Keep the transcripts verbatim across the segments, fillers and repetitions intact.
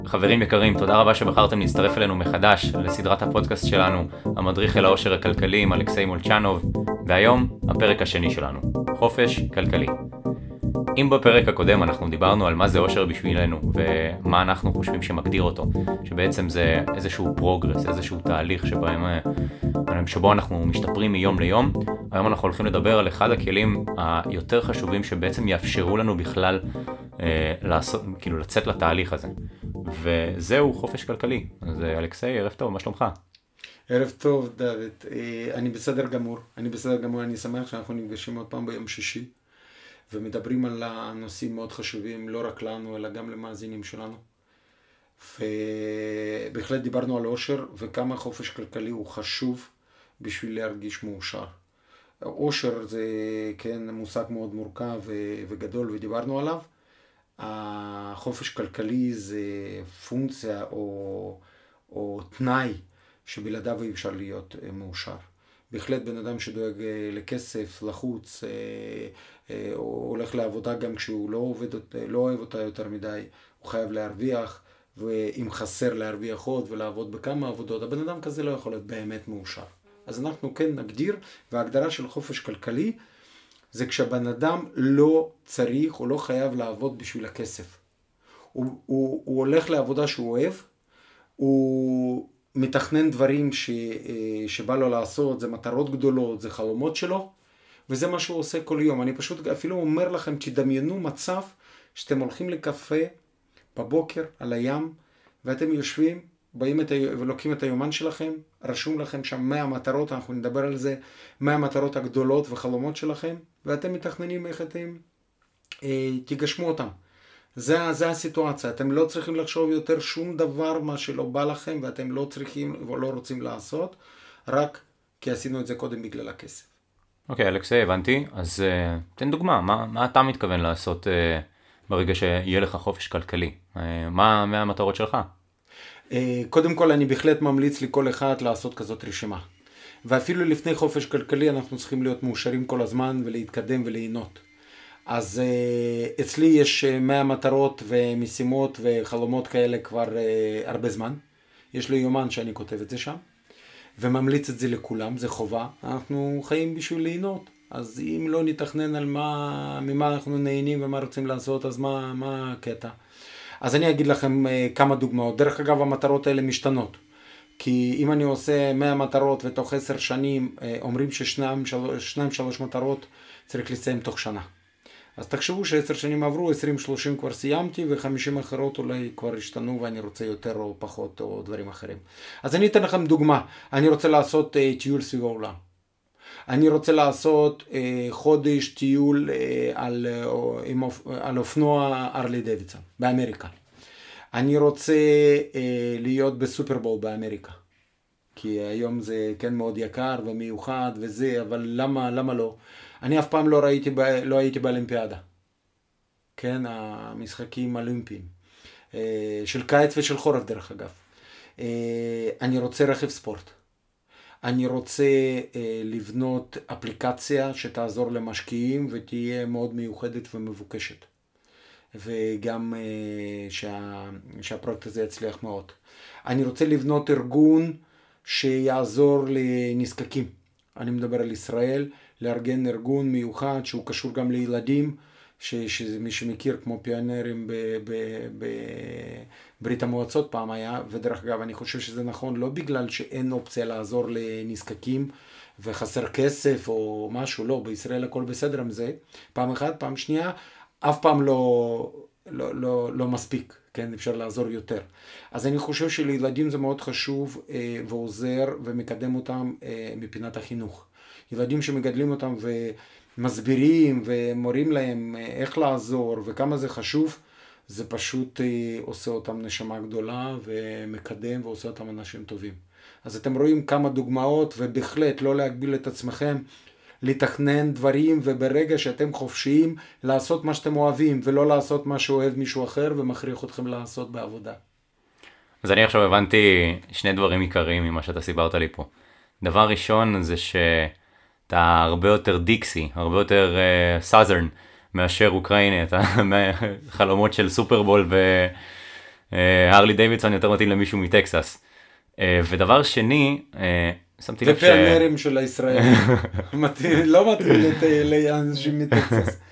חברים יקרים, תודה רבה שבחרתם להצטרף אלינו מחדש לסדרת הפודקאסט שלנו, המדריך אל העושר הכלכלי עם אלכסיי מולצ'נוב, והיום הפרק השני שלנו, חופש כלכלי. אם בפרק הקודם אנחנו דיברנו על מה זה עושר בשבילנו ומה אנחנו חושבים שמגדיר אותו, שבעצם זה איזשהו פרוגרס, איזשהו תהליך שבהם, שבו אנחנו משתפרים מיום ליום, היום אנחנו הולכים לדבר על אחד הכלים היותר חשובים שבעצם יאפשרו לנו בכלל אה, לעשות, כאילו לצאת לתהליך הזה. וזהו חופש כלכלי. אז אלכסיי, ערב טוב, מה שלומך? ערב טוב, דוד. אני בסדר גמור. אני בסדר גמור, אני שמח שאנחנו נפגשים עוד פעם ביום שישי. ומדברים על הנושאים מאוד חשובים, לא רק לנו, אלא גם למאזינים שלנו. ובהחלט דיברנו על עושר, וכמה חופש כלכלי הוא חשוב בשביל להרגיש מאושר. עושר זה, כן, מושג מאוד מורכב וגדול, ודיברנו עליו. החופש כלכלי זה פונקציה או, או תנאי שבלעדיו אי אפשר להיות מאושר. בהחלט בן אדם שדואג לכסף, לחוץ, או הולך לעבודה גם כשהוא לא, עובד, לא אוהב אותה יותר מדי, הוא חייב להרוויח, ואם חסר להרוויח עוד ולעבוד בכמה עבודות, הבן אדם כזה לא יכול להיות באמת מאושר. אז אנחנו כן נגדיר, וההגדרה של חופש כלכלי, זה כשבן אדם לא צריך או לא חייב לעבוד בשביל הכסף. הוא, הוא, הוא הולך לעבודה שהוא אוהב, הוא מתכנן דברים ש, שבא לו לעשות, זה מטרות גדולות, זה חלומות שלו, וזה מה שהוא עושה כל יום. אני פשוט אפילו אומר לכם, תדמיינו מצב שאתם הולכים לקפה בבוקר על הים, ואתם יושבים, באים את ה... ולוקחים את היומן שלכם, רשום לכם שם מאה מטרות, אנחנו נדבר על זה, מאה מטרות הגדולות וחלומות שלכם, ואתם מתכננים איך אתם אה, תיגשמו אותם. זה, זה הסיטואציה, אתם לא צריכים לחשוב יותר שום דבר מה שלא בא לכם, ואתם לא צריכים או לא רוצים לעשות, רק כי עשינו את זה קודם בגלל הכסף. אוקיי, אלכסיי, הבנתי. אז uh, תן דוגמה, מה, מה אתה מתכוון לעשות uh, ברגע שיהיה לך חופש כלכלי? Uh, מה, מה המטרות שלך? קודם כל אני בהחלט ממליץ לכל אחד לעשות כזאת רשימה. ואפילו לפני חופש כלכלי אנחנו צריכים להיות מאושרים כל הזמן ולהתקדם וליהנות. אז אצלי יש מאה מטרות ומשימות וחלומות כאלה כבר הרבה זמן. יש לי יומן שאני כותב את זה שם. וממליץ את זה לכולם, זה חובה. אנחנו חיים בשביל ליהנות. אז אם לא נתכנן על מה, ממה אנחנו נהנים ומה רוצים לעשות, אז מה, מה הקטע? אז אני אגיד לכם כמה דוגמאות. דרך אגב, המטרות האלה משתנות. כי אם אני עושה מאה מטרות ותוך עשר שנים, אומרים ששניים, שניים, שלוש מטרות צריך לסיים תוך שנה. אז תחשבו שעשר שנים עברו, עשרים שלושים כבר סיימתי, וחמישים אחרות אולי כבר השתנו ואני רוצה יותר או פחות או דברים אחרים. אז אני אתן לכם דוגמה. אני רוצה לעשות טיול סביב העולם. אני רוצה לעשות אה, חודש טיול אה, על, אה, עם, על אופנוע ארלי דייווידסון באמריקה. אני רוצה אה, להיות בסופרבול באמריקה. כי היום זה כן מאוד יקר ומיוחד וזה, אבל למה, למה לא? אני אף פעם לא, ראיתי, לא הייתי באולימפיאדה. כן, המשחקים האולימפיים. אה, של קיץ ושל חורף דרך אגב. אה, אני רוצה רכב ספורט. אני רוצה אה, לבנות אפליקציה שתעזור למשקיעים ותהיה מאוד מיוחדת ומבוקשת. וגם אה, שה, שהפרויקט הזה יצליח מאוד. אני רוצה לבנות ארגון שיעזור לנזקקים. אני מדבר על ישראל, לארגן ארגון מיוחד שהוא קשור גם לילדים, שמי שמכיר כמו פיונרים בברית המועצות פעם היה, ודרך אגב אני חושב שזה נכון לא בגלל שאין אופציה לעזור לנזקקים וחסר כסף או משהו, לא, בישראל הכל בסדר עם זה, פעם אחת, פעם שנייה, אף פעם לא, לא, לא, לא מספיק, כן, אפשר לעזור יותר. אז אני חושב שלילדים זה מאוד חשוב אה, ועוזר ומקדם אותם אה, מפינת החינוך. ילדים שמגדלים אותם ו... מסבירים ומורים להם איך לעזור וכמה זה חשוב, זה פשוט עושה אותם נשמה גדולה ומקדם ועושה אותם אנשים טובים. אז אתם רואים כמה דוגמאות, ובהחלט לא להגביל את עצמכם, לתכנן דברים, וברגע שאתם חופשיים לעשות מה שאתם אוהבים ולא לעשות מה שאוהב מישהו אחר ומכריח אתכם לעשות בעבודה. אז אני עכשיו הבנתי שני דברים עיקריים ממה שאתה סיפרת לי פה. דבר ראשון זה ש... אתה הרבה יותר דיקסי, הרבה יותר סאזרן מאשר אוקראיני, אתה חלומות של סופרבול הרלי דיווידסון יותר מתאים למישהו מטקסס. ודבר שני, שמתי לב ש... ופרנרים של הישראלים, לא מתאים לאנשים מטקסס.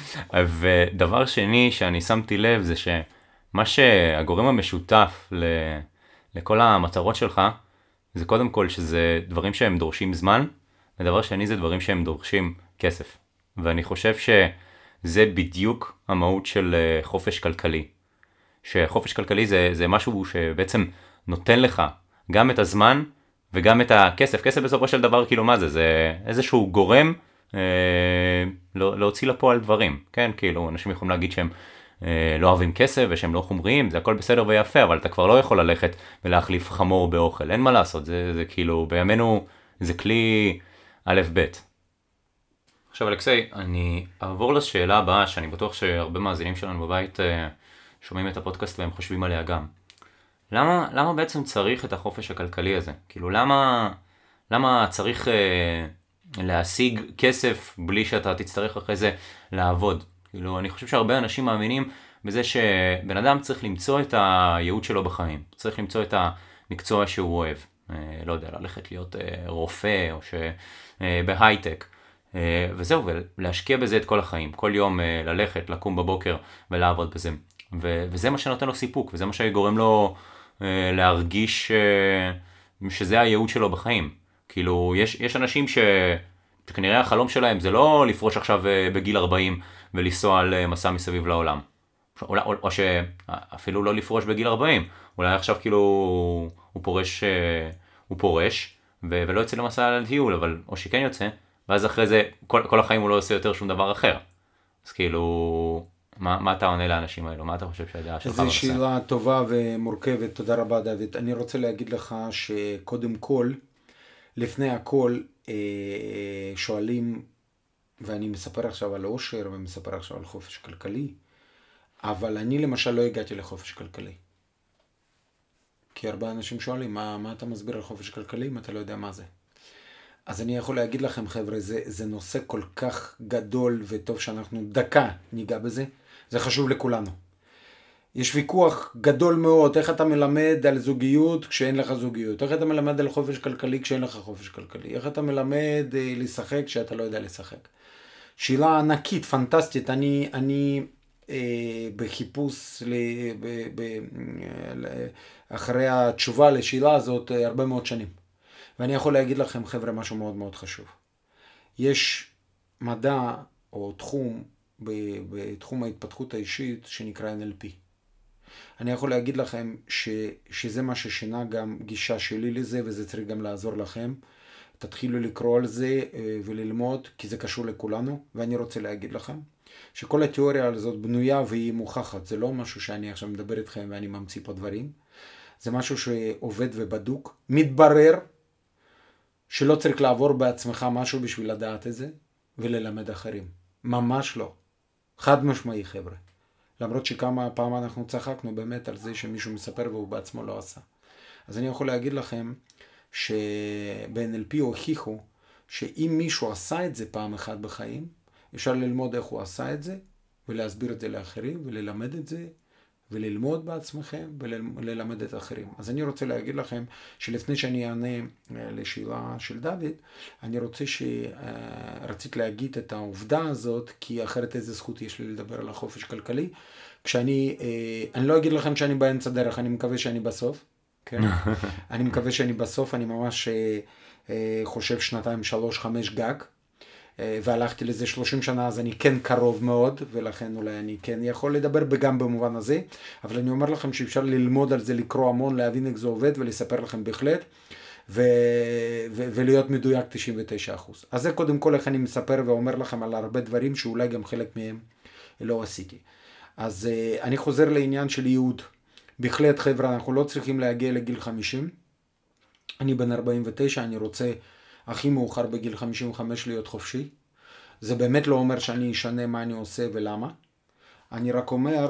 ודבר שני שאני שמתי לב זה שמה שהגורם המשותף לכל המטרות שלך, זה קודם כל שזה דברים שהם דורשים זמן, ודבר שני זה דברים שהם דורשים כסף. ואני חושב שזה בדיוק המהות של חופש כלכלי. שחופש כלכלי זה, זה משהו שבעצם נותן לך גם את הזמן וגם את הכסף. כסף בסופו של דבר, כאילו מה זה? זה איזשהו גורם אה, לא, להוציא לפועל דברים. כן, כאילו אנשים יכולים להגיד שהם אה, לא אוהבים כסף ושהם לא חומריים, זה הכל בסדר ויפה, אבל אתה כבר לא יכול ללכת ולהחליף חמור באוכל. אין מה לעשות, זה, זה כאילו בימינו זה כלי א' ב'. עכשיו אלכסי, אני אעבור לשאלה הבאה, שאני בטוח שהרבה מאזינים שלנו בבית אה, שומעים את הפודקאסט והם חושבים עליה גם. למה, למה בעצם צריך את החופש הכלכלי הזה? כאילו, למה, למה צריך אה, להשיג כסף בלי שאתה תצטרך אחרי זה לעבוד? כאילו, אני חושב שהרבה אנשים מאמינים בזה שבן אדם צריך למצוא את הייעוד שלו בחיים. צריך למצוא את המקצוע שהוא אוהב. אה, לא יודע, ללכת להיות אה, רופא או שבהייטק. אה, וזהו, ולהשקיע בזה את כל החיים. כל יום אה, ללכת, לקום בבוקר ולעבוד בזה. ו- וזה מה שנותן לו סיפוק, וזה מה שגורם לו אה, להרגיש אה, שזה הייעוד שלו בחיים. כאילו, יש, יש אנשים ש... שכנראה החלום שלהם זה לא לפרוש עכשיו אה, בגיל ארבעים ולנסוע על אה, מסע מסביב לעולם. או, או, או שאפילו לא לפרוש בגיל ארבעים, אולי עכשיו כאילו הוא פורש, אה, הוא פורש ו- ולא יוצא למסע על טיול, אבל או שכן יוצא, ואז אחרי זה כל, כל החיים הוא לא עושה יותר שום דבר אחר. אז כאילו... מה, מה אתה עונה לאנשים האלו? מה אתה חושב שהדעה שלך בנושא? זו שאלה טובה ומורכבת, תודה רבה דוד. אני רוצה להגיד לך שקודם כל, לפני הכל, שואלים, ואני מספר עכשיו על אושר ומספר עכשיו על חופש כלכלי, אבל אני למשל לא הגעתי לחופש כלכלי. כי הרבה אנשים שואלים, מה, מה אתה מסביר על חופש כלכלי אם אתה לא יודע מה זה? אז אני יכול להגיד לכם חבר'ה, זה, זה נושא כל כך גדול וטוב שאנחנו דקה ניגע בזה. זה חשוב לכולנו. יש ויכוח גדול מאוד, איך אתה מלמד על זוגיות כשאין לך זוגיות, איך אתה מלמד על חופש כלכלי כשאין לך חופש כלכלי, איך אתה מלמד אה, לשחק כשאתה לא יודע לשחק. שאלה ענקית, פנטסטית, אני, אני אה, בחיפוש ל, ב, ב, ל, אחרי התשובה לשאלה הזאת אה, הרבה מאוד שנים. ואני יכול להגיד לכם חבר'ה משהו מאוד מאוד חשוב. יש מדע או תחום בתחום ההתפתחות האישית שנקרא אן אל פי. אני יכול להגיד לכם ש, שזה מה ששינה גם גישה שלי לזה, וזה צריך גם לעזור לכם. תתחילו לקרוא על זה וללמוד, כי זה קשור לכולנו, ואני רוצה להגיד לכם שכל התיאוריה הזאת בנויה והיא מוכחת. זה לא משהו שאני עכשיו מדבר איתכם ואני ממציא פה דברים. זה משהו שעובד ובדוק. מתברר שלא צריך לעבור בעצמך משהו בשביל לדעת את זה וללמד אחרים. ממש לא. חד משמעי חבר'ה. למרות שכמה פעם אנחנו צחקנו באמת על זה שמישהו מספר והוא בעצמו לא עשה. אז אני יכול להגיד לכם שב-אן אל פי הוכיחו שאם מישהו עשה את זה פעם אחת בחיים, אפשר ללמוד איך הוא עשה את זה ולהסביר את זה לאחרים וללמד את זה וללמוד בעצמכם וללמד את האחרים. אז אני רוצה להגיד לכם שלפני שאני אענה לשאלה של דוד, אני רוצה שרצית להגיד את העובדה הזאת, כי אחרת איזה זכות יש לי לדבר על החופש כלכלי. כשאני, אני לא אגיד לכם שאני באמצע דרך, אני מקווה שאני בסוף. כן? אני מקווה שאני בסוף, אני ממש חושב שנתיים, שלוש, חמש גג. והלכתי לזה שלושים שנה, אז אני כן קרוב מאוד, ולכן אולי אני כן יכול לדבר גם במובן הזה, אבל אני אומר לכם שאפשר ללמוד על זה, לקרוא המון, להבין איך זה עובד, ולספר לכם בהחלט, ו... ו... ולהיות מדויק תשעים ותשעה אחוז. אז זה קודם כל איך אני מספר ואומר לכם על הרבה דברים, שאולי גם חלק מהם לא עשיתי. אז אני חוזר לעניין של ייעוד. בהחלט חבר'ה, אנחנו לא צריכים להגיע לגיל חמישים. אני בן ארבעים ותשע, אני רוצה הכי מאוחר בגיל חמישים וחמש להיות חופשי. זה באמת לא אומר שאני אשנה מה אני עושה ולמה. אני רק אומר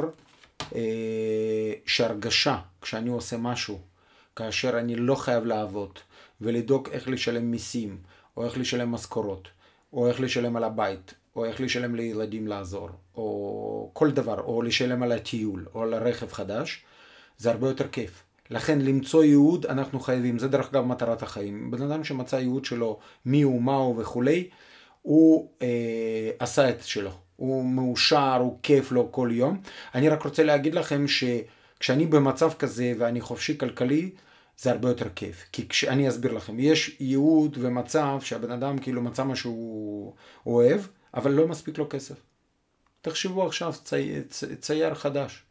אה, שהרגשה כשאני עושה משהו, כאשר אני לא חייב לעבוד ולדאוג איך לשלם מיסים, או איך לשלם משכורות, או איך לשלם על הבית, או איך לשלם לילדים לעזור, או כל דבר, או לשלם על הטיול, או על הרכב חדש, זה הרבה יותר כיף. לכן למצוא ייעוד אנחנו חייבים, זה דרך אגב מטרת החיים. בן אדם שמצא ייעוד שלו, מי הוא, מה הוא וכולי, הוא אה, עשה את שלו. הוא מאושר, הוא כיף לו כל יום. אני רק רוצה להגיד לכם שכשאני במצב כזה ואני חופשי כלכלי, זה הרבה יותר כיף. כי כשאני אסביר לכם, יש ייעוד ומצב שהבן אדם כאילו מצא מה שהוא אוהב, אבל לא מספיק לו כסף. תחשבו עכשיו צי, צי, צייר חדש.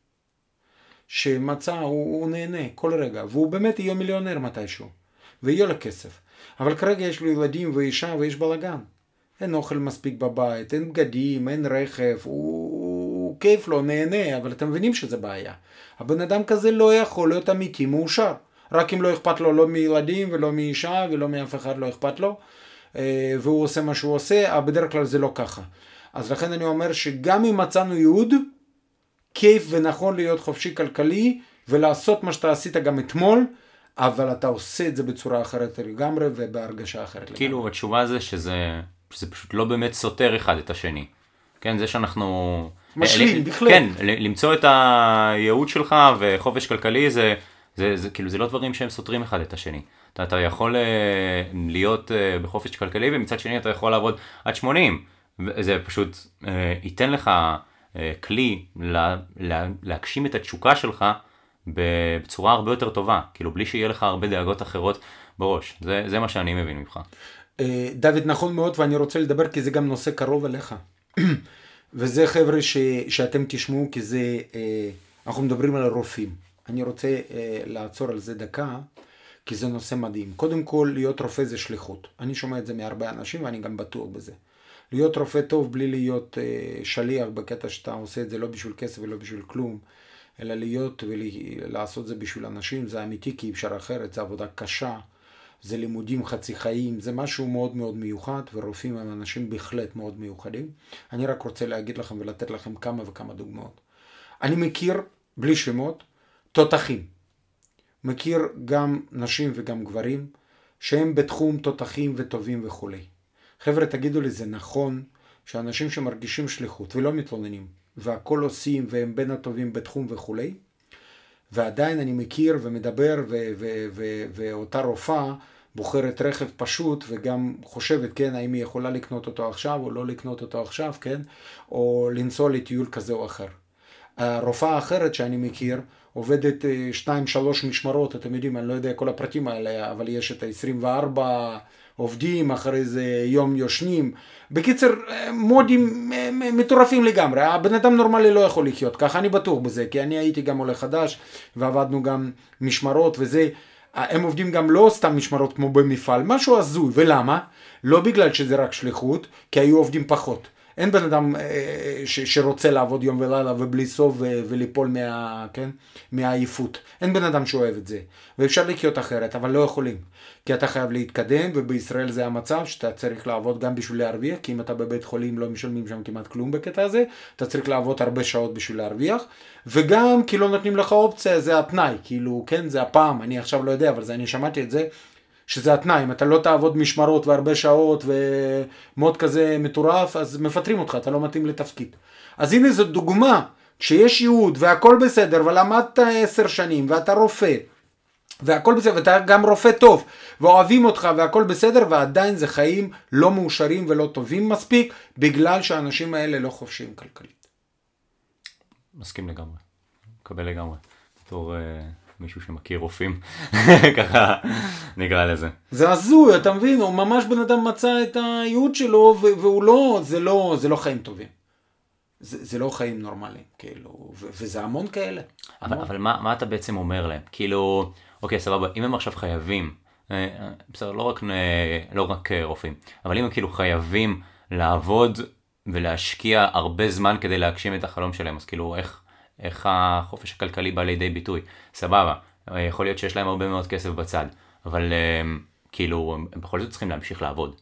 שמצא, הוא, הוא נהנה כל רגע, והוא באמת יהיה מיליונר מתישהו, ויהיה לו כסף. אבל כרגע יש לו ילדים ואישה ויש בלגן. אין אוכל מספיק בבית, אין בגדים, אין רכב, הוא, הוא כיף לו, נהנה, אבל אתם מבינים שזה בעיה. הבן אדם כזה לא יכול להיות אמיתי, מאושר. רק אם לא אכפת לו לא מילדים ולא מאישה ולא מאף אחד לא אכפת לו, והוא עושה מה שהוא עושה, בדרך כלל זה לא ככה. אז לכן אני אומר שגם אם מצאנו ייעוד, כיף ונכון להיות חופשי כלכלי, ולעשות מה שאתה עשית גם אתמול, אבל אתה עושה את זה בצורה אחרת לגמרי, ובהרגשה אחרת לגמרי. כאילו, התשובה זה שזה, שזה פשוט לא באמת סותר אחד את השני. כן, זה שאנחנו... משלים, בכלל. כן, למצוא את הייעוד שלך וחופש כלכלי, זה, זה, זה, כאילו, זה לא דברים שהם סותרים אחד את השני. אתה, אתה יכול להיות בחופש כלכלי, ומצד שני אתה יכול לעבוד עד שמונים. זה פשוט ייתן לך... כלי לה, לה, להגשים את התשוקה שלך בצורה הרבה יותר טובה, כאילו בלי שיהיה לך הרבה דאגות אחרות בראש. זה, זה מה שאני מבין ממך. דוד, נכון מאוד, ואני רוצה לדבר כי זה גם נושא קרוב אליך. וזה חבר'ה ש, שאתם תשמעו, כי זה, אנחנו מדברים על הרופאים. אני רוצה לעצור על זה דקה, כי זה נושא מדהים. קודם כל, להיות רופא זה שליחות. אני שומע את זה מהרבה אנשים ואני גם בטוח בזה. להיות רופא טוב בלי להיות אה, שליח בקטע שאתה עושה את זה לא בשביל כסף ולא בשביל כלום, אלא להיות ולעשות זה בשביל אנשים, זה אמיתי כי אפשר אחרת, זה עבודה קשה, זה לימודים חצי חיים, זה משהו מאוד מאוד מיוחד, ורופאים הם אנשים בהחלט מאוד מיוחדים. אני רק רוצה להגיד לכם ולתת לכם כמה וכמה דוגמאות. אני מכיר, בלי שמות, תותחים. מכיר גם נשים וגם גברים, שהם בתחום תותחים וטובים וכו'. חבר'ה, תגידו לי, זה נכון שאנשים שמרגישים שליחות ולא מתלוננים, והכל עושים והם בין הטובים בתחום וכו', ועדיין אני מכיר ומדבר ו- ו- ו- ואותה רופאה בוחרת רכב פשוט וגם חושבת, כן, האם היא יכולה לקנות אותו עכשיו או לא לקנות אותו עכשיו, כן, או לנסוע לטיול כזה או אחר. הרופאה האחרת שאני מכיר עובדת שתיים שלוש משמרות, אתם יודעים, אני לא יודע כל הפרטים האלה, אבל יש את ה-עשרים וארבע עובדים, אחרי זה יום יושנים. בקיצר, מודים מטורפים לגמרי. הבן אדם נורמלי לא יכול לחיות ככה, אני בטוח בזה, כי אני הייתי גם עולה חדש, ועבדנו גם משמרות וזה. הם עובדים גם לא סתם משמרות כמו במפעל, משהו הזוי. ולמה? לא בגלל שזה רק שליחות, כי היו עובדים פחות. אין בן אדם ש- שרוצה לעבוד יום ולילה ובלי סוף ו- וליפול מה, כן? מהעייפות. אין בן אדם שאוהב את זה. ואפשר לחיות אחרת, אבל לא יכולים. כי אתה חייב להתקדם, ובישראל זה המצב שאתה צריך לעבוד גם בשביל להרוויח, כי אם אתה בבית חולים לא משלמים שם כמעט כלום בקטע הזה, אתה צריך לעבוד הרבה שעות בשביל להרוויח, וגם כי לא נותנים לך אופציה, זה התנאי, כאילו, כן, זה הפעם, אני עכשיו לא יודע, אבל זה, אני שמעתי את זה, שזה התנאי, אם אתה לא תעבוד משמרות והרבה שעות ומוד כזה מטורף, אז מפטרים אותך, אתה לא מתאים לתפקיד. אז הנה זו דוגמה, כשיש ייעוד והכל בסדר, ולמדת עשר שנים, ואתה רופא, והכל בסדר, ואתה גם רופא טוב, ואוהבים אותך והכל בסדר, ועדיין זה חיים לא מאושרים ולא טובים מספיק, בגלל שהאנשים האלה לא חופשיים כלכלית. מסכים לגמרי, מקבל לגמרי, בתור... מישהו שמכיר רופאים, ככה נקרא לזה. זה הזוי, אתה מבין, הוא ממש בן אדם מצא את הייעוד שלו, והוא לא, זה לא, זה לא חיים טובים. זה, זה לא חיים נורמליים, כאילו, וזה המון כאלה. אבל, אבל מה, מה אתה בעצם אומר להם? כאילו, אוקיי, סבבה, אם הם עכשיו חייבים, בסדר, לא רק, לא רק רופאים, אבל אם הם כאילו חייבים לעבוד ולהשקיע הרבה זמן כדי להגשים את החלום שלהם, אז כאילו, איך... איך החופש הכלכלי בא לידי ביטוי. סבבה, יכול להיות שיש להם הרבה מאוד כסף בצד, אבל כאילו, הם בכל זאת צריכים להמשיך לעבוד.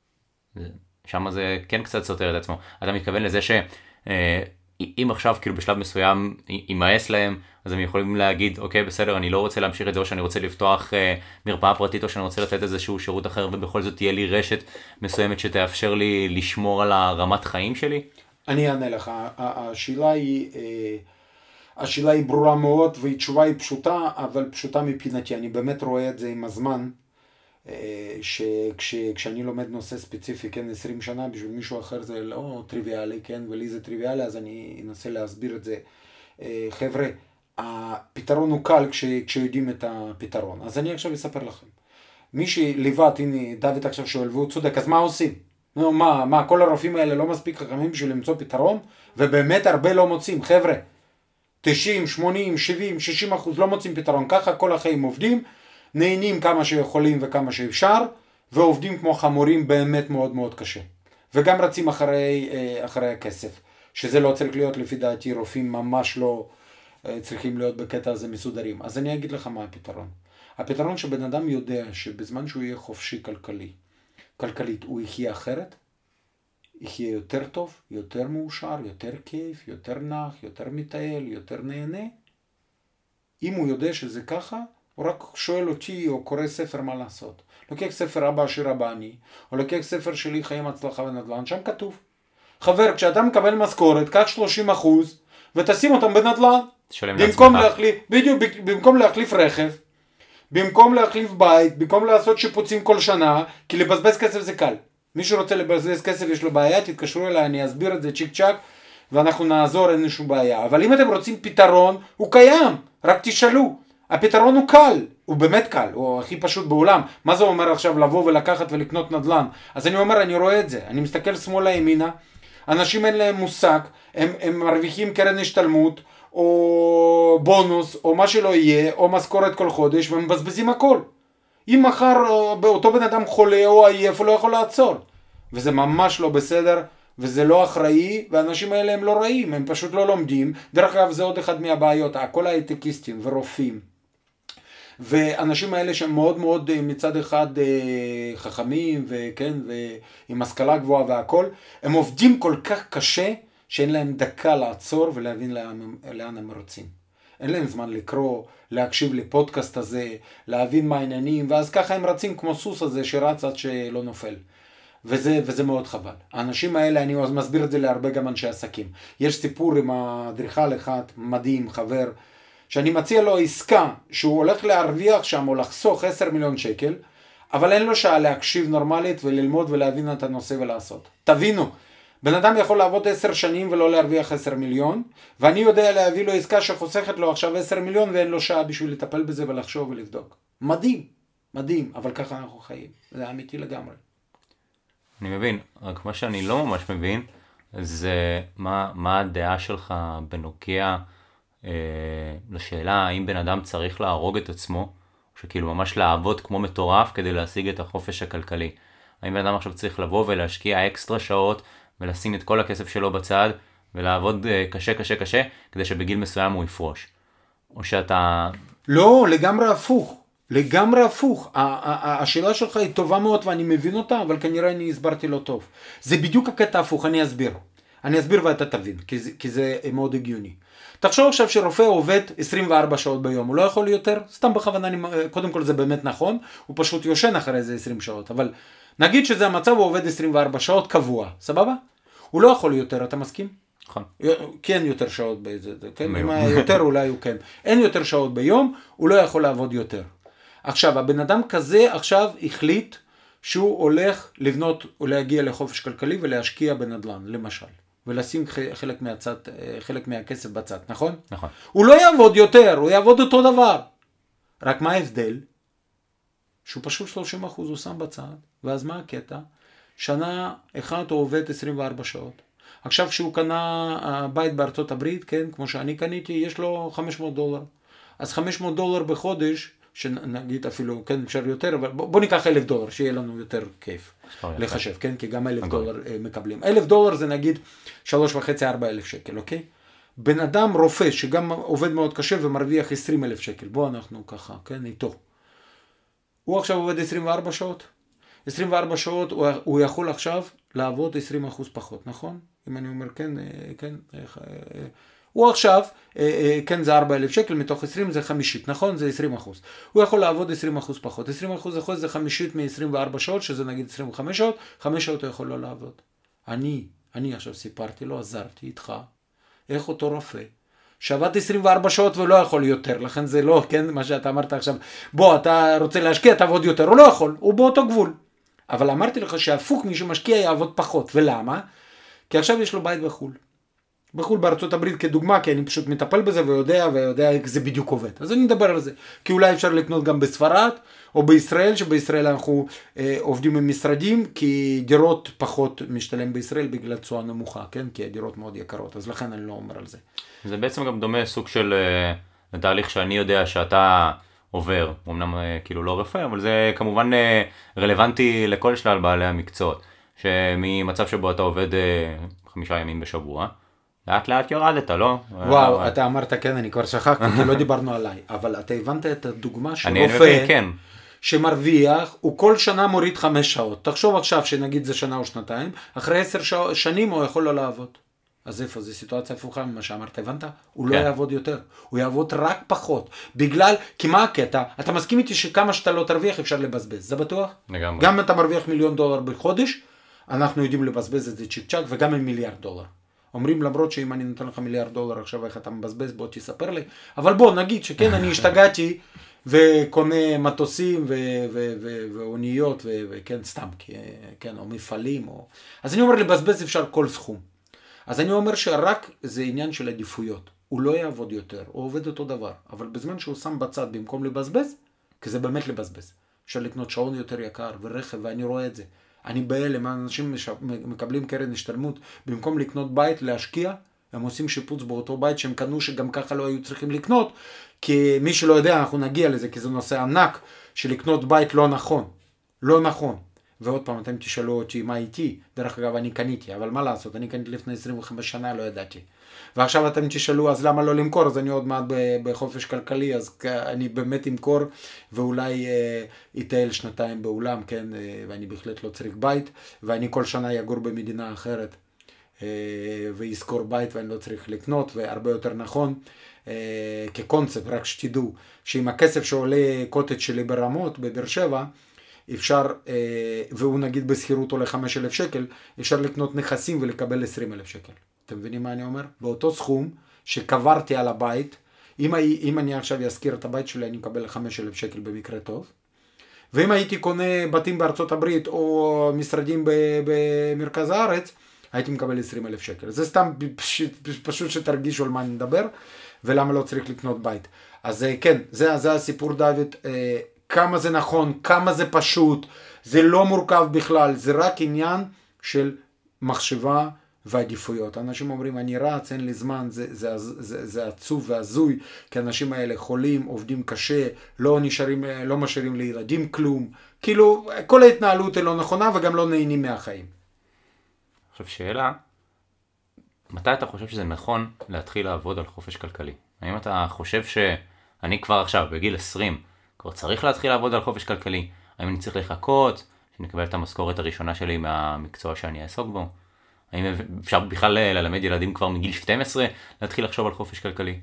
שם זה כן קצת סותר את עצמו. אתה מתכוון לזה שאם עכשיו כאילו בשלב מסוים יימאס להם, אז הם יכולים להגיד, אוקיי, בסדר, אני לא רוצה להמשיך את זה, או שאני רוצה לפתוח מרפאה פרטית, או שאני רוצה לתת איזשהו שירות אחר, ובכל זאת תהיה לי רשת מסוימת שתאפשר לי לשמור על הרמת חיים שלי? אני אענה לך. השאלה היא... השאלה היא ברורה מאוד, והתשובה היא פשוטה, אבל פשוטה מבחינתי. אני באמת רואה את זה עם הזמן, שכשאני לומד נושא ספציפי, כן, עשרים שנה, בשביל מישהו אחר זה לא טריוויאלי, כן, ולי זה טריוויאלי, אז אני אנסה להסביר את זה. חבר'ה, הפתרון הוא קל כש, כשיודעים את הפתרון. אז אני עכשיו אספר לכם. מי שלבד, הנה, דוד עכשיו שואל, והוא צודק, אז מה עושים? נו, מה, מה, כל הרופאים האלה לא מספיק חכמים בשביל למצוא פתרון? ובאמת הרבה לא מוצאים, חבר'ה. תשעים, שמונים, שבעים, שישים אחוז לא מוצאים פתרון. ככה כל החיים עובדים, נהנים כמה שיכולים וכמה שאפשר, ועובדים כמו חמורים באמת מאוד מאוד קשה. וגם רצים אחרי, אחרי הכסף, שזה לא צריך להיות לפי דעתי, רופאים ממש לא צריכים להיות בקטע הזה מסודרים. אז אני אגיד לך מה הפתרון. הפתרון שבן אדם יודע שבזמן שהוא יהיה חופשי כלכלי, כלכלית הוא יחיה אחרת, יחיה יותר טוב, יותר מאושר, יותר כיף, יותר נח, יותר מטייל, יותר נהנה. אם הוא יודע שזה ככה, הוא רק שואל אותי או קורא ספר מה לעשות. לוקח ספר אבא עשיר אבא עני, או לוקח ספר שלי חיים הצלחה ונדל"ן, שם כתוב. חבר, כשאתה מקבל משכורת, קח שלושים אחוז ותשים אותם בנדל"ן. במקום להחליף, בדיוק, במקום להחליף רכב, במקום להחליף בית, במקום לעשות שיפוצים כל שנה, כי לבזבז כסף זה קל. מי שרוצה לבזבז כסף יש לו בעיה, תתקשרו אליי, אני אסביר את זה צ'יק צ'ק, ואנחנו נעזור, אין שום בעיה. אבל אם אתם רוצים פתרון, הוא קיים, רק תשאלו. הפתרון הוא קל, הוא באמת קל, הוא הכי פשוט בעולם. מה זה אומר עכשיו לבוא ולקחת ולקנות נדל"ן? אז אני אומר, אני רואה את זה, אני מסתכל שמאלה ימינה, אנשים אין להם מושג, הם, הם מרוויחים קרן השתלמות, או בונוס, או מה שלא יהיה, או משכורת כל חודש, והם מבזבזים הכל. אם מחר באותו בן אדם חולה או עייף, הוא לא יכול לעצור. וזה ממש לא בסדר, וזה לא אחראי, והאנשים האלה הם לא רעים, הם פשוט לא לומדים. דרך אגב, זה עוד אחד מהבעיות, כל ההייטקיסטים ורופאים. ואנשים האלה שהם מאוד מאוד מצד אחד חכמים, וכן, ועם השכלה גבוהה והכל, הם עובדים כל כך קשה, שאין להם דקה לעצור ולהבין לאן, לאן הם רוצים. אין להם זמן לקרוא, להקשיב לפודקאסט הזה, להבין מה העניינים, ואז ככה הם רצים כמו סוס הזה שרץ עד שלא נופל. וזה, וזה מאוד חבל. האנשים האלה, אני מסביר את זה להרבה גם אנשי עסקים. יש סיפור עם אדריכל אחד, מדהים, חבר, שאני מציע לו עסקה, שהוא הולך להרוויח שם או לחסוך עשרה מיליון שקל, אבל אין לו שעה להקשיב נורמלית וללמוד ולהבין את הנושא ולעשות. תבינו, בן אדם יכול לעבוד עשר שנים ולא להרוויח עשרה מיליון, ואני יודע להביא לו עסקה שחוסכת לו עכשיו עשרה מיליון, ואין לו שעה בשביל לטפל בזה ולחשוב ולבדוק. מדהים, מדהים, אבל ככה אנחנו חיים. זה אמיתי לגמרי. אני מבין, רק מה שאני לא ממש מבין, זה מה, מה הדעה שלך בנוגע אה, לשאלה האם בן אדם צריך להרוג את עצמו, או שכאילו ממש לעבוד כמו מטורף כדי להשיג את החופש הכלכלי. האם בן אדם עכשיו צריך לבוא ולהשקיע אקסטרה שעות, ולשים את כל הכסף שלו בצד, ולעבוד קשה קשה קשה, כדי שבגיל מסוים הוא יפרוש. או שאתה... לא, לגמרי הפוך. לגמרי הפוך. השאלה שלך היא טובה מאוד ואני מבין אותה, אבל כנראה אני הסברתי לא טוב. זה בדיוק הקטע הפוך, אני אסביר. אני אסביר ואתה תבין, כי זה, כי זה מאוד הגיוני. תחשוב עכשיו שרופא עובד עשרים וארבע שעות ביום, הוא לא יכול יותר, סתם בכוונה, אני, קודם כל זה באמת נכון, הוא פשוט יושן אחרי זה עשרים שעות, אבל נגיד שזה המצב, הוא עובד עשרים וארבע שעות קבוע, סבבה? הוא לא יכול יותר, אתה מסכים? נכון. כן יותר שעות באיזה, כן? אם היה יותר אולי הוא כן. אין יותר שעות ביום, הוא לא יכול לעבוד יותר. עכשיו, הבן אדם כזה עכשיו החליט שהוא הולך לבנות או להגיע לחופש כלכלי ולהשקיע בנדל"ן, למשל. ולשים חלק מהצד, חלק מהכסף בצד, נכון? נכון. הוא לא יעבוד יותר, הוא יעבוד אותו דבר. רק מה ההבדל? שהוא פשוט שלושים אחוז הוא שם בצד, ואז מה הקטע? שנה אחת הוא עובד עשרים וארבע שעות. עכשיו שהוא קנה בית בארצות הברית, כן, כמו שאני קניתי, יש לו חמש מאות דולר. אז חמש מאות דולר בחודש, שנגיד אפילו, כן, אפשר יותר, אבל בוא, בוא ניקח אלף דולר, שיהיה לנו יותר כיף לחשב, כן, כי גם אלף דולר מקבלים. אלף דולר זה נגיד שלוש וחצי, ארבע אלף שקל, אוקיי? בן אדם רופא שגם עובד מאוד קשה ומרוויח עשרים אלף שקל, בוא אנחנו ככה, כן, איתו. הוא עכשיו עובד עשרים וארבע שעות. עשרים וארבע שעות הוא, הוא יכול עכשיו לעבוד עשרים אחוז פחות, נכון? אם אני אומר כן, כן, הוא עכשיו, כן זה ארבע אלף שקל, מתוך עשרים זה חמישית, נכון? זה עשרים אחוז. הוא יכול לעבוד עשרים אחוז פחות. עשרים אחוז אחוז זה חמישית מ-עשרים וארבע שעות, שזה נגיד עשרים וחמש שעות, חמש שעות הוא יכול לא לעבוד. אני, אני עכשיו סיפרתי לו, עזרתי איתך, איך אותו רופא, שעבד עשרים וארבע שעות ולא יכול יותר, לכן זה לא, כן, מה שאתה אמרת עכשיו, בוא, אתה רוצה להשקיע, תעבוד יותר, הוא לא יכול, הוא באותו גבול. אבל אמרתי לך שהפוך, מי שמשקיע יעבוד פחות, ולמה? כי עכשיו יש לו בית בחול. בחול בארצות הברית כדוגמה, כי אני פשוט מטפל בזה ויודע, ויודע איך זה בדיוק עובד. אז אני מדבר על זה. כי אולי אפשר לקנות גם בספרד, או בישראל, שבישראל אנחנו אה, עובדים עם משרדים, כי דירות פחות משתלם בישראל בגלל תשואה נמוכה, כן? כי הדירות מאוד יקרות, אז לכן אני לא אומר על זה. זה בעצם גם דומה סוג של אה, תהליך שאני יודע שאתה עובר, אמנם אה, כאילו לא רפא, אבל זה כמובן אה, רלוונטי לכל שלל בעלי המקצועות, שממצב שבו אתה עובד אה, חמישה ימים בשבוע, לאט לאט ירדת, לא? וואו, אתה אמרת כן, אני כבר שכחתי, כי לא דיברנו עליי, אבל אתה הבנת את הדוגמה של אני רופא מבין, כן. שמרוויח, הוא כל שנה מוריד חמש שעות. תחשוב עכשיו שנגיד זה שנה או שנתיים, אחרי עשר שע... שנים הוא יכול לא לעבוד. אז איפה, זו סיטואציה הפוכה ממה שאמרת, הבנת? הוא כן. לא יעבוד יותר, הוא יעבוד רק פחות. בגלל, כי מה הקטע? אתה מסכים איתי שכמה שאתה לא תרוויח אפשר לבזבז, זה בטוח? לגמרי. גם אם אתה מרוויח מיליון דולר בחודש, אנחנו יודעים לבזבז את זה צ'יק צ'ק, וגם עם מיליארד דולר. אומרים למרות שאם אני נותן לך מיליארד דולר עכשיו איך אתה מבזבז, בוא תספר לי. אבל בוא נגיד שכן, אני השתגעתי וקונה מטוסים ו- ו- ו- ואוניות ו- וכן סתם, כן, או מפעלים. או... אז אני אומר לבזבז אפשר כל סכום. אז אני אומר שרק זה עניין של עדיפויות. הוא לא יעבוד יותר, הוא עובד אותו דבר. אבל בזמן שהוא שם בצד במקום לבזבז, כי זה באמת לבזבז. אפשר לקנות שעון יותר יקר ורכב, ואני רואה את זה. אני בהלם, אנשים מקבלים קרן השתלמות, במקום לקנות בית, להשקיע, הם עושים שיפוץ באותו בית שהם קנו שגם ככה לא היו צריכים לקנות, כי מי שלא יודע, אנחנו נגיע לזה, כי זה נושא ענק, שלקנות בית לא נכון, לא נכון. ועוד פעם, אתם תשאלו אותי מה איתי, דרך אגב אני קניתי, אבל מה לעשות, אני קניתי לפני עשרים וחמש שנה, לא ידעתי. ועכשיו אתם תשאלו, אז למה לא למכור? אז אני עוד מעט בחופש כלכלי, אז אני באמת אמכור, ואולי יטייל שנתיים בעולם, כן, ואני בהחלט לא צריך בית, ואני כל שנה יגור במדינה אחרת, ויזכור בית, ואני לא צריך לקנות, והרבה יותר נכון, כקונספט, רק שתדעו, שעם הכסף שעולה קוטג' שלי ברמות, בבאר שבע, אפשר, והוא נגיד בסחירות עולה חמישה אלף שקל, אפשר לקנות נכסים ולקבל עשרים אלף שקל. אתם מבינים מה אני אומר? באותו סכום שקברתי על הבית, אם, אם אני עכשיו אזכיר את הבית שלי, אני מקבל חמישה אלף שקל במקרה טוב. ואם הייתי קונה בתים בארצות הברית או משרדים במרכז הארץ, הייתי מקבל עשרים אלף שקל. זה סתם פשוט, פשוט שתרגישו על מה אני מדבר, ולמה לא צריך לקנות בית. אז כן, זה, זה הסיפור דוד, כמה זה נכון, כמה זה פשוט, זה לא מורכב בכלל, זה רק עניין של מחשבה ועדיפויות. אנשים אומרים, אני רץ, אין לי זמן, זה, זה, זה, זה עצוב ועזוי, כי האנשים האלה חולים, עובדים קשה, לא נשארים, לא משאירים לילדים כלום. כאילו, כל ההתנהלות היא לא נכונה וגם לא נהנים מהחיים. עכשיו שאלה, מתי אתה חושב שזה נכון להתחיל לעבוד על חופש כלכלי? האם אתה חושב שאני כבר עכשיו, בגיל עשרים, כבר צריך להתחיל לעבוד על חופש כלכלי? האם אני צריך לחכות, שנקבל את המשכורת הראשונה שלי מהמקצוע שאני אעסוק בו? האם אפשר בכלל ללמד ילדים כבר מגיל שתים עשרה להתחיל לחשוב על חופש כלכלי?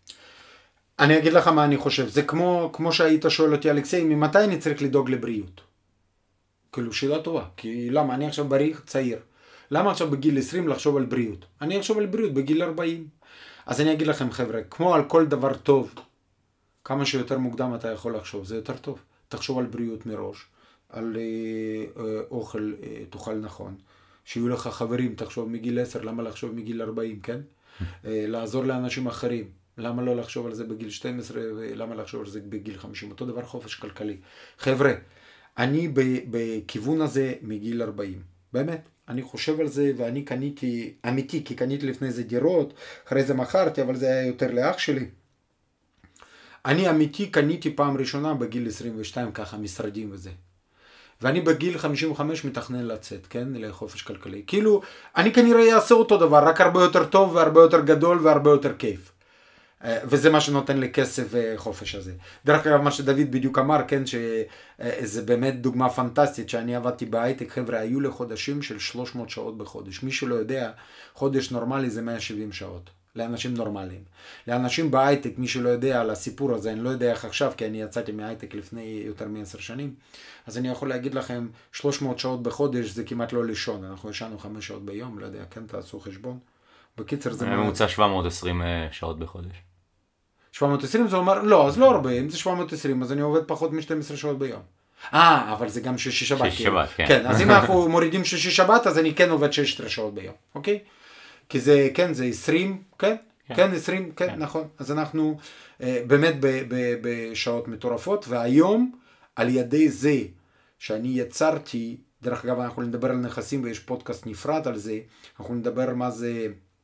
אני אגיד לך מה אני חושב. זה כמו, כמו שהיית שואל אותי, אלכסי, ממתי אני צריך לדאוג לבריאות? כאילו, שאלה טובה. כי למה? אני עכשיו בריא צעיר. למה עכשיו בגיל עשרים לחשוב על בריאות? אני אחשוב על בריאות בגיל ארבעים. אז אני אגיד לכם, חבר'ה, כמו על כל דבר טוב, כמה שיותר מוקדם אתה יכול לחשוב, זה יותר טוב. תחשוב על בריאות מראש, על אה, אה, אוכל אה, תאכל נכון. שיהיו לך חברים, תחשוב מגיל עשר, למה לחשוב מגיל ארבעים, כן? לעזור לאנשים אחרים, למה לא לחשוב על זה בגיל שתים עשרה, ולמה לחשוב על זה בגיל חמישים, אותו דבר חופש כלכלי. חבר'ה, אני בכיוון הזה מגיל ארבעים, באמת, אני חושב על זה, ואני קניתי, אמיתי, כי קניתי לפני זה דירות, אחרי זה מכרתי, אבל זה היה יותר לאח שלי. אני אמיתי קניתי פעם ראשונה בגיל עשרים ושתיים, ככה משרדים וזה. ואני בגיל חמישים וחמש מתכנן לצאת, כן? לחופש כלכלי. כאילו, אני כנראה אעשה אותו דבר, רק הרבה יותר טוב והרבה יותר גדול והרבה יותר כיף. וזה מה שנותן לי כסף וחופש הזה. דרך אגב, מה שדוד בדיוק אמר, כן? שזה באמת דוגמה פנטסטית, שאני עבדתי בהייטק, חבר'ה, היו לי חודשים של שלוש מאות שעות בחודש. מי שלא יודע, חודש נורמלי זה מאה ושבעים שעות. לאנשים נורמליים. לאנשים בהייטק, מי שלא יודע על הסיפור הזה, אני לא יודע איך עכשיו, כי אני יצאתי מהייטק לפני יותר מעשר שנים, אז אני יכול להגיד לכם, שלוש מאות שעות בחודש זה כמעט לא לישון, אנחנו ישנו חמש שעות ביום, לא יודע, כן, תעשו חשבון, בקיצר זה... ממוצע שבע מאות ועשרים שעות בחודש. שבע מאות ועשרים זה אומר, לא, אז לא הרבה, אם זה שבע מאות ועשרים, אז אני עובד פחות מ-שתים עשרה שעות ביום. אה, אבל זה גם שישי שבת. שישי שבת, כן. כן, אז אם אנחנו מורידים שישי שבת, אז אני כן עובד שש עשרה שעות ביום, אוקיי? כי זה, כן, זה עשרים, כן? כן, עשרים, כן, נכון. אז אנחנו באמת בשעות מטורפות, והיום, על ידי זה שאני יצרתי, דרך אגב, אנחנו נדבר על נכסים ויש פודקאסט נפרד על זה, אנחנו נדבר מה זה,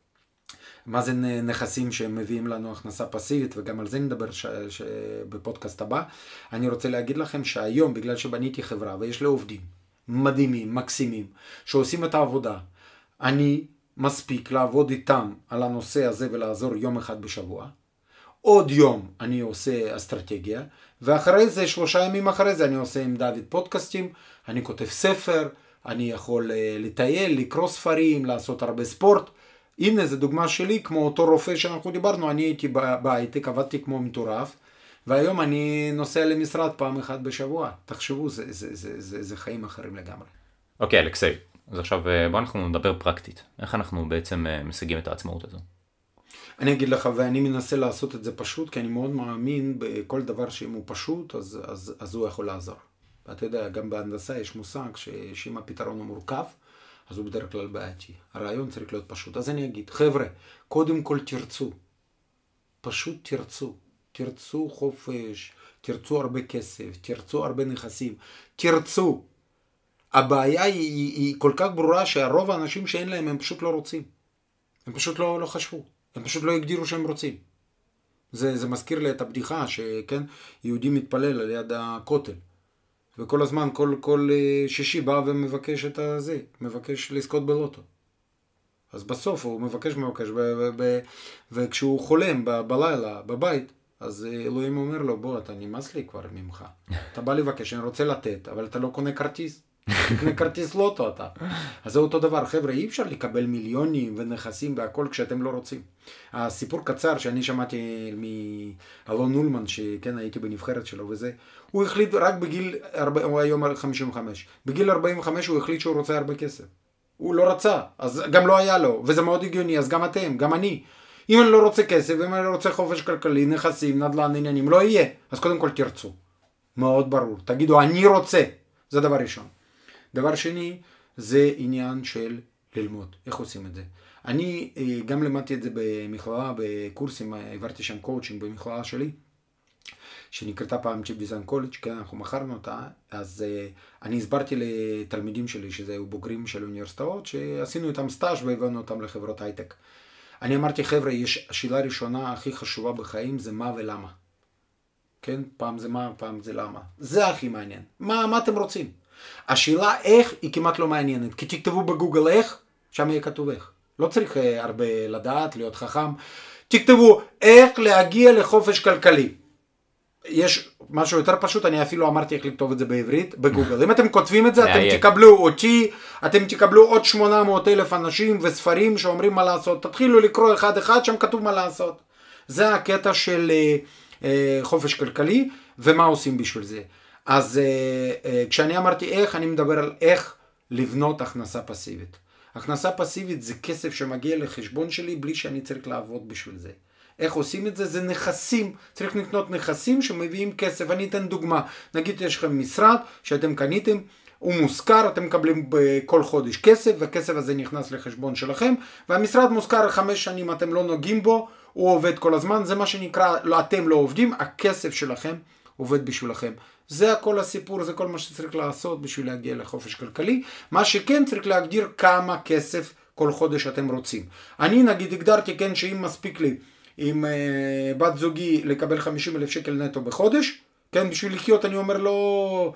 מה זה נכסים שהם מביאים לנו הכנסה פסיבית, וגם על זה נדבר ש, ש, בפודקאסט הבא. אני רוצה להגיד לכם שהיום, בגלל שבניתי חברה ויש לי עובדים מדהימים, מקסימים, שעושים את העבודה, אני מספיק לעבוד איתם על הנושא הזה ולעזור יום אחד בשבוע. עוד יום אני עושה אסטרטגיה, ואחרי זה, שלושה ימים אחרי זה, אני עושה עם דוד פודקאסטים, אני כותב ספר, אני יכול לטייל, לקרוא ספרים, לעשות הרבה ספורט. הנה, זו דוגמה שלי, כמו אותו רופא שאנחנו דיברנו, אני הייתי בהייטק, עבדתי כמו מטורף, והיום אני נוסע למשרד פעם אחת בשבוע. תחשבו, זה, זה, זה, זה, זה חיים אחרים לגמרי. אוקיי, אלכסי, אז עכשיו בוא אנחנו נדבר פרקטית. איך אנחנו בעצם משיגים את העצמאות הזו? אני אגיד לך, ואני מנסה לעשות את זה פשוט, כי אני מאוד מאמין בכל דבר שאם הוא פשוט, אז, אז, אז הוא יכול לעזור. ואתה יודע, גם בהנדסה יש מושג שאם הפתרון הוא מורכב, אז הוא בדרך כלל בעייתי. הרעיון צריך להיות פשוט. אז אני אגיד, חבר'ה, קודם כל תרצו. פשוט תרצו. תרצו חופש, תרצו הרבה כסף, תרצו הרבה נכסים. תרצו. הבעיה היא, היא, היא כל כך ברורה שהרוב האנשים שאין להם הם פשוט לא רוצים. הם פשוט לא, לא חשבו. הם פשוט לא הגדירו שהם רוצים. זה, זה מזכיר לי את הבדיחה שכן, יהודי מתפלל על יד הכותל. וכל הזמן, כל, כל שישי בא ומבקש את הזה, מבקש לזכות בלוטו. אז בסוף הוא מבקש, מבקש, ב, ב, ב, וכשהוא חולם ב, בלילה, בבית, אז אלוהים אומר לו, בוא, אתה נמאס לי כבר ממך. אתה בא לבקש, אני רוצה לתת, אבל אתה לא קונה כרטיס. תקנה כרטיס לוטו אתה. אז זה אותו דבר, חבר'ה, אי אפשר לקבל מיליונים ונכסים והכל כשאתם לא רוצים. הסיפור קצר שאני שמעתי מאלון נולמן, שכן הייתי בנבחרת שלו וזה, הוא החליט רק בגיל, הוא היום חמישים וחמש, בגיל ארבעים וחמש הוא החליט שהוא רוצה הרבה כסף. הוא לא רצה, אז גם לא היה לו, וזה מאוד הגיוני, אז גם אתם, גם אני. אם אני לא רוצה כסף, אם אני לא רוצה חופש כלכלי, נכסים, נדל"ן, עניינים, לא יהיה. אז קודם כל תרצו. מאוד ברור. תגידו, אני רוצה. זה דבר ראשון. דבר שני, זה עניין של ללמוד. איך עושים את זה? אני גם למדתי את זה במכללה, בקורסים, העברתי שם קואוצ'ינג במכללה שלי, שנקראתה פעם צ'יפ-דיזיין קולג', כן, אנחנו מכרנו אותה, אז אני הסברתי לתלמידים שלי, שזה היו בוגרים של אוניברסיטאות, שעשינו איתם סטאז' והבאנו אותם לחברות הייטק. אני אמרתי, חבר'ה, יש השאלה הראשונה הכי חשובה בחיים, זה מה ולמה. כן, פעם זה מה, פעם זה למה. זה הכי מעניין. מה, מה אתם רוצים? השאלה איך היא כמעט לא מעניינת, כי תכתבו בגוגל איך, שם יהיה כתוב איך. לא צריך הרבה לדעת, להיות חכם. תכתבו איך להגיע לחופש כלכלי. יש משהו יותר פשוט, אני אפילו אמרתי איך לכתוב את זה בעברית, בגוגל. אם אתם כותבים את זה, אתם תקבלו אותי, אתם תקבלו עוד שמונה מאות אלף אנשים וספרים שאומרים מה לעשות. תתחילו לקרוא אחד אחד, שם כתוב מה לעשות. זה הקטע של חופש כלכלי, ומה עושים בשביל זה. אז כשאני אמרתי איך, אני מדבר על איך לבנות הכנסה פסיבית. הכנסה פסיבית זה כסף שמגיע לחשבון שלי בלי שאני צריך לעבוד בשביל זה. איך עושים את זה? זה נכסים. צריך לקנות נכסים שמביאים כסף. אני אתן דוגמה. נגיד יש לכם משרד שאתם קניתם, הוא מושכר, אתם מקבלים בכל חודש כסף, והכסף הזה נכנס לחשבון שלכם, והמשרד מושכר חמש שנים, אתם לא נוגעים בו, הוא עובד כל הזמן, זה מה שנקרא, לא, אתם לא עובדים, הכסף שלכם עובד בשבילכם. זה הכל הסיפור, זה כל מה שצריך לעשות בשביל להגיע לחופש כלכלי. מה שכן צריך להגדיר כמה כסף כל חודש אתם רוצים. אני נגיד הגדרתי כן שאם מספיק לי עם uh, בת זוגי לקבל חמישים אלף שקל נטו בחודש, כן, בשביל לחיות אני אומר לא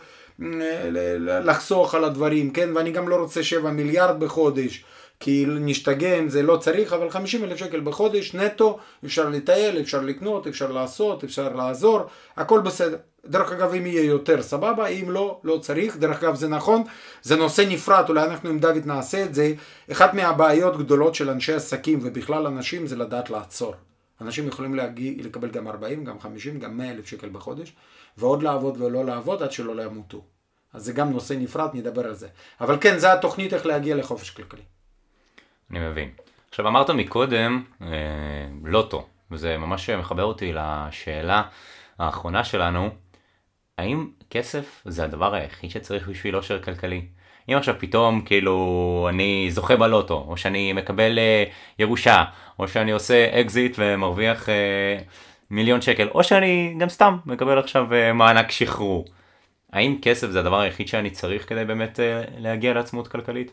לחסוך על הדברים, כן, ואני גם לא רוצה שבע מיליארד בחודש, כי נשתגן, זה לא צריך, אבל חמישים אלף שקל בחודש נטו, אפשר לטייל, אפשר לקנות, אפשר לעשות, אפשר לעזור, הכל בסדר. דרך אגב, אם יהיה יותר סבבה, אם לא, לא צריך. דרך אגב, זה נכון, זה נושא נפרד, אולי אנחנו עם דוד נעשה את זה. אחת מהבעיות גדולות של אנשי עסקים ובכלל אנשים זה לדעת לעצור. אנשים יכולים להגיע, לקבל גם ארבעים, גם חמישים, גם מאה אלף שקל בחודש, ועוד לעבוד ולא לעבוד עד שלא ימותו. אז זה גם נושא נפרד, נדבר על זה. אבל כן, זה התוכנית איך להגיע לחופש כלכלי. אני מבין. עכשיו אמרת מקודם, אה, לוטו, וזה ממש מחבר אותי לשאלה האחרונה שלנו, האם כסף זה הדבר היחיד שצריך בשביל עושר כלכלי? אם עכשיו פתאום כאילו אני זוכה בלוטו, או שאני מקבל אה, ירושה, או שאני עושה אקזיט ומרוויח אה, מיליון שקל, או שאני גם סתם מקבל עכשיו אה, מענק שחרור. האם כסף זה הדבר היחיד שאני צריך כדי באמת אה, להגיע לעצמאות כלכלית?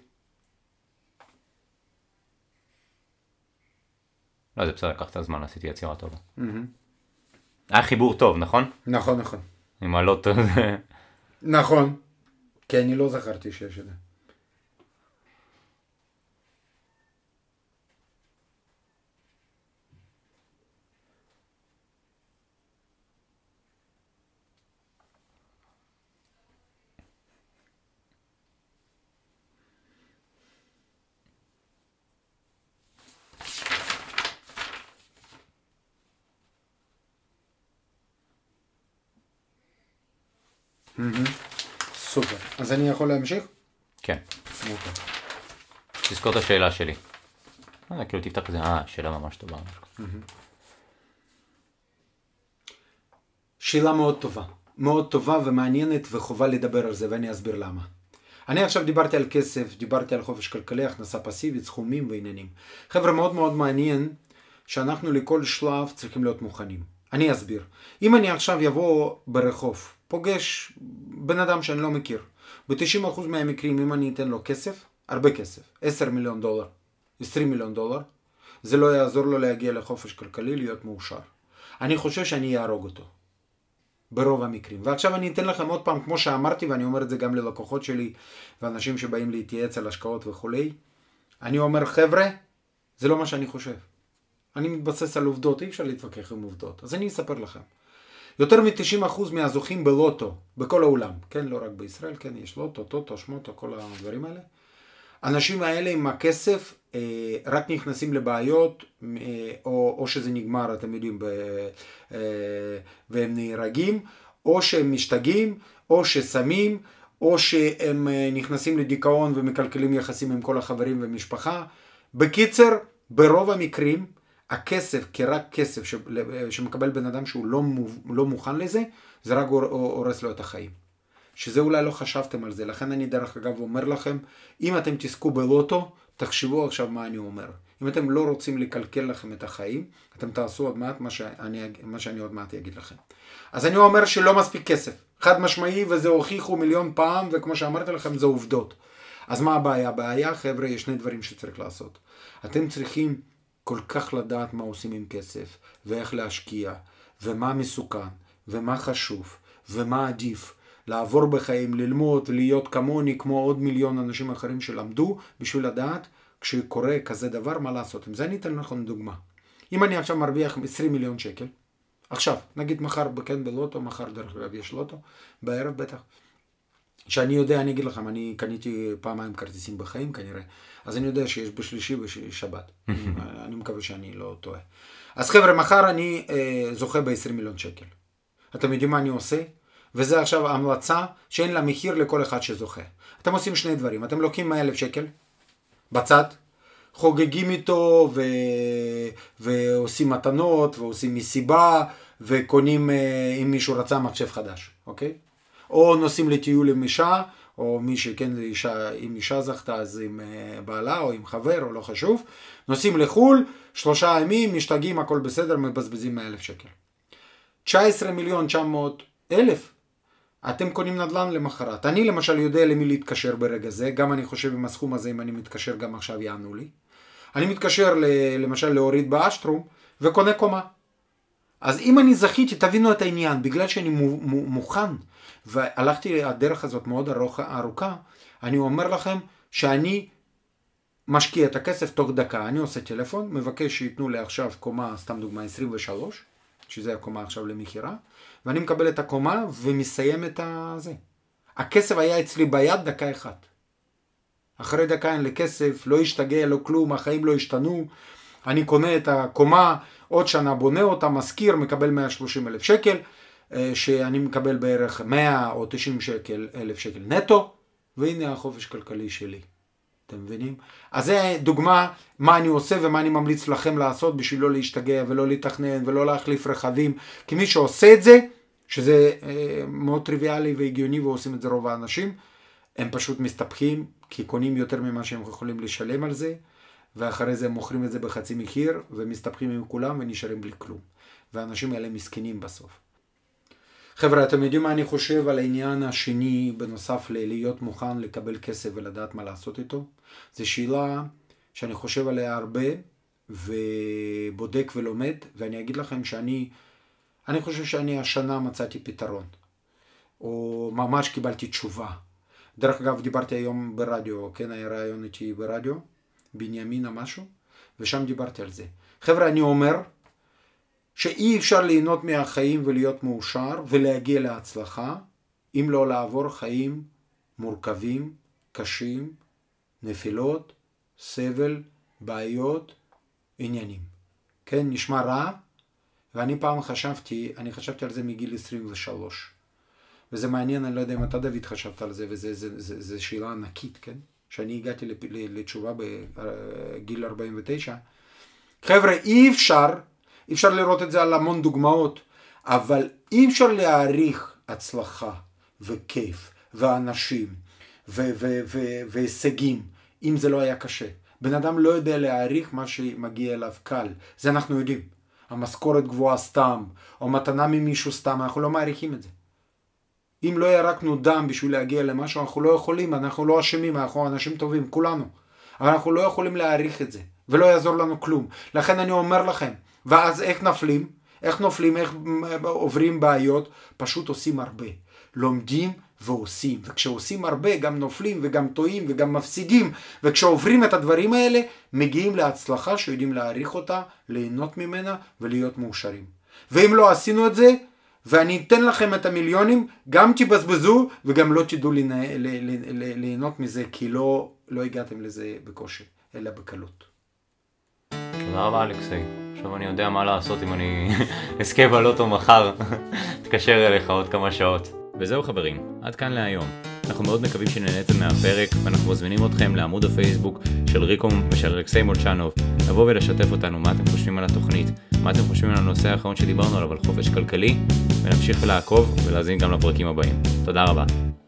לא, זה בסדר, לקח את הזמן, עשיתי יצירה טובה. Mm-hmm. היה חיבור טוב, נכון? נכון, נכון. עם הלוטו זה... נכון. כי אני לא זכרתי שיש את זה. סופר. אז אני יכול להמשיך? כן. אוקיי. תזכור את השאלה שלי. לא יודע, כאילו תפתח כזה, אה, שאלה ממש טובה. שאלה מאוד טובה. מאוד טובה ומעניינת וחובה לדבר על זה, ואני אסביר למה. אני עכשיו דיברתי על כסף, דיברתי על חופש כלכלי, הכנסה פסיבית, סכומים ועניינים. חבר'ה, מאוד מאוד מעניין שאנחנו לכל שלב צריכים להיות מוכנים. אני אסביר. אם אני עכשיו יבוא ברחוב, פוגש בן אדם שאני לא מכיר, ב-תשעים אחוז מהמקרים, אם אני אתן לו כסף, הרבה כסף, עשרה מיליון דולר, עשרים מיליון דולר, זה לא יעזור לו להגיע לחופש כלכלי, להיות מאושר. אני חושב שאני אהרוג אותו. ברוב המקרים. ועכשיו אני אתן לכם עוד פעם, כמו שאמרתי, ואני אומר את זה גם ללקוחות שלי, ואנשים שבאים להתייעץ על השקעות וכולי. אני אומר, חבר'ה, זה לא מה שאני חושב. אני מתבסס על עובדות, אי אפשר להתווכח עם עובדות. אז אני אספר לכם. יותר מ-תשעים אחוז מהזוכים בלוטו, בכל העולם, כן, לא רק בישראל, כן, יש לוטו, טוטו, שמוטו, כל הדברים האלה. אנשים האלה עם הכסף אה, רק נכנסים לבעיות, אה, או, או שזה נגמר, אתם יודעים, ב, אה, והם נהרגים, או שהם משתגעים, או ששמים, או שהם אה, נכנסים לדיכאון ומקלקלים יחסים עם כל החברים ומשפחה. בקיצר, ברוב המקרים, הכסף כרק כסף ש, שמקבל בן אדם שהוא לא, לא מוכן לזה, זה רק הורס לו את החיים. שזה אולי לא חשבתם על זה, לכן אני דרך אגב אומר לכם, אם אתם תזכו בלוטו, תחשבו עכשיו מה אני אומר. אם אתם לא רוצים לקלקל לכם את החיים, אתם תעשו עוד מעט מה שאני, מה שאני עוד מעט אגיד לכם. אז אני אומר שלא מספיק כסף, חד משמעי, וזה הוכיחו מיליון פעם, וכמו שאמרתי לכם זה עובדות. אז מה הבעיה? הבעיה, חבר'ה, יש שני דברים שצריך לעשות. אתם צריכים כל כך לדעת מה עושים עם כסף, ואיך להשקיע, ומה מסוכן, ומה חשוב, ומה עדיף. לעבור בחיים, ללמוד, להיות כמוני, כמו עוד מיליון אנשים אחרים שלמדו, בשביל לדעת, כשקורה כזה דבר, מה לעשות. עם זה אני אתן לכם דוגמה. אם אני עכשיו מרוויח עשרים מיליון שקל, עכשיו, נגיד מחר כן בלוטו, מחר דרך אגב יש לוטו, בערב בטח, שאני יודע, אני אגיד לכם, אני קניתי פעמיים כרטיסים בחיים כנראה, אז אני יודע שיש בשלישי ושבת. אני מקווה שאני לא טועה. אז חבר'ה, מחר אני אה, זוכה ב-עשרים מיליון שקל. אתם יודעים מה אני עושה? וזה עכשיו המלצה שאין לה מחיר לכל אחד שזוכה. אתם עושים שני דברים. אתם לוקחים מאה אלף שקל בצד, חוגגים איתו ו... ועושים מתנות ועושים מסיבה וקונים, אם מישהו רצה, מחשב חדש. אוקיי? או נוסעים לטיול עם אישה, או מי שכן אישה, אם אישה זכתה אז עם בעלה או עם חבר או לא חשוב. נוסעים לחול, שלושה ימים, משתגעים, הכל בסדר, מבזבזים מאה אלף שקל. תשע עשרה מיליון תשע מאות אלף. אתם קונים נדל"ן למחרת. אני למשל יודע למי להתקשר ברגע זה, גם אני חושב עם הסכום הזה, אם אני מתקשר גם עכשיו יענו לי. אני מתקשר ל, למשל להוריד באשטרום וקונה קומה. אז אם אני זכיתי, תבינו את העניין, בגלל שאני מוכן, והלכתי הדרך הזאת מאוד ארוכה, אני אומר לכם שאני משקיע את הכסף תוך דקה. אני עושה טלפון, מבקש שיתנו לי עכשיו קומה, סתם דוגמה, עשרים ושלוש, שזה הקומה עכשיו למחירה, ואני מקבל את הקומה ומסיים את זה. הכסף היה אצלי ביד דקה אחת. אחרי דקה אין לי כסף, לא השתגע, לא כלום, החיים לא השתנו. אני קונה את הקומה, עוד שנה בונה אותה, מזכיר, מקבל מאה ושלושים אלף שקל, שאני מקבל בערך מאה או תשעים שקל, אלף שקל נטו, והנה החופש כלכלי שלי. אתם מבינים? אז זה דוגמה מה אני עושה ומה אני ממליץ לכם לעשות בשביל לא להשתגע ולא לתכנן ולא להחליף רכבים. כי מי שעושה את זה, שזה אה, מאוד טריוויאלי והגיוני ועושים את זה רוב האנשים, הם פשוט מסתפקים כי קונים יותר ממה שהם יכולים לשלם על זה, ואחרי זה מוכרים את זה בחצי מחיר ומסתפקים עם כולם ונשארים בלי כלום. והאנשים האלה מסכנים בסוף. חבר'ה, אתם יודעים מה אני חושב על העניין השני בנוסף ללהיות מוכן לקבל כסף ולדעת מה לעשות איתו? זו שאלה שאני חושב עליה הרבה ובודק ולומד, ואני אגיד לכם שאני אני חושב שאני השנה מצאתי פתרון, או ממש קיבלתי תשובה. דרך אגב, דיברתי היום ברדיו, כן, היה רעיון איתי ברדיו, בנימינה משהו, ושם דיברתי על זה. חבר'ה, אני אומר שאי אפשר ליהנות מהחיים ולהיות מאושר ולהגיע להצלחה, אם לא לעבור חיים מורכבים, קשים, נפילות, סבל, בעיות, עניינים. כן, נשמע רע, ואני פעם חשבתי, אני חשבתי על זה מגיל עשרים ושלוש. וזה מעניין, אני לא יודע אם אתה דוד חשבת על זה, וזה זה, זה, זה שאלה ענקית, כן? שאני הגעתי לתשובה בגיל ארבעים ותשע. חבר'ה, אי אפשר, אי אפשר לראות את זה על המון דוגמאות, אבל אי אפשר להעריך הצלחה וכיף ואנשים ו- ו- ו- והישגים, אם זה לא היה קשה. בן אדם לא יודע להעריך מה שמגיע אליו קל, זה אנחנו יודעים. המשכורת גבוהה סתם, או מתנה ממישהו סתם, אנחנו לא מעריכים את זה. אם לא ירקנו דם בשביל להגיע למשהו, אנחנו לא יכולים, אנחנו לא אשמים, אנחנו אנשים טובים, כולנו. אבל אנחנו לא יכולים להעריך את זה, ולא יעזור לנו כלום. לכן אני אומר לכם, ואז איך נפלים? איך נופלים, איך עוברים בעיות? פשוט עושים הרבה. לומדים ועושים. וכשעושים הרבה, גם נופלים וגם טועים וגם מפסידים. וכשעוברים את הדברים האלה, מגיעים להצלחה שיודעים להעריך אותה, ליהנות ממנה ולהיות מאושרים. ואם לא עשינו את זה, ואני אתן לכם את המיליונים, גם תבזבזו וגם לא תדעו ליהנות מזה, כי לא, לא הגעתם לזה בקושי, אלא בקלות. תודה רבה אלכסי. עכשיו אני יודע מה לעשות אם אני אזכה בלוטו מחר. תקשר אליך עוד כמה שעות. וזהו חברים, עד כאן להיום. אנחנו מאוד מקווים שנהניתם מהפרק, ואנחנו מזמינים אתכם לעמוד הפייסבוק של ריקום ושל אלכסי מולצ'נוב, לבוא ולשתף אותנו מה אתם חושבים על התוכנית, מה אתם חושבים על הנושא האחרון שדיברנו עליו, על חופש כלכלי, ונמשיך לעקוב ולהזין גם לפרקים הבאים. תודה רבה.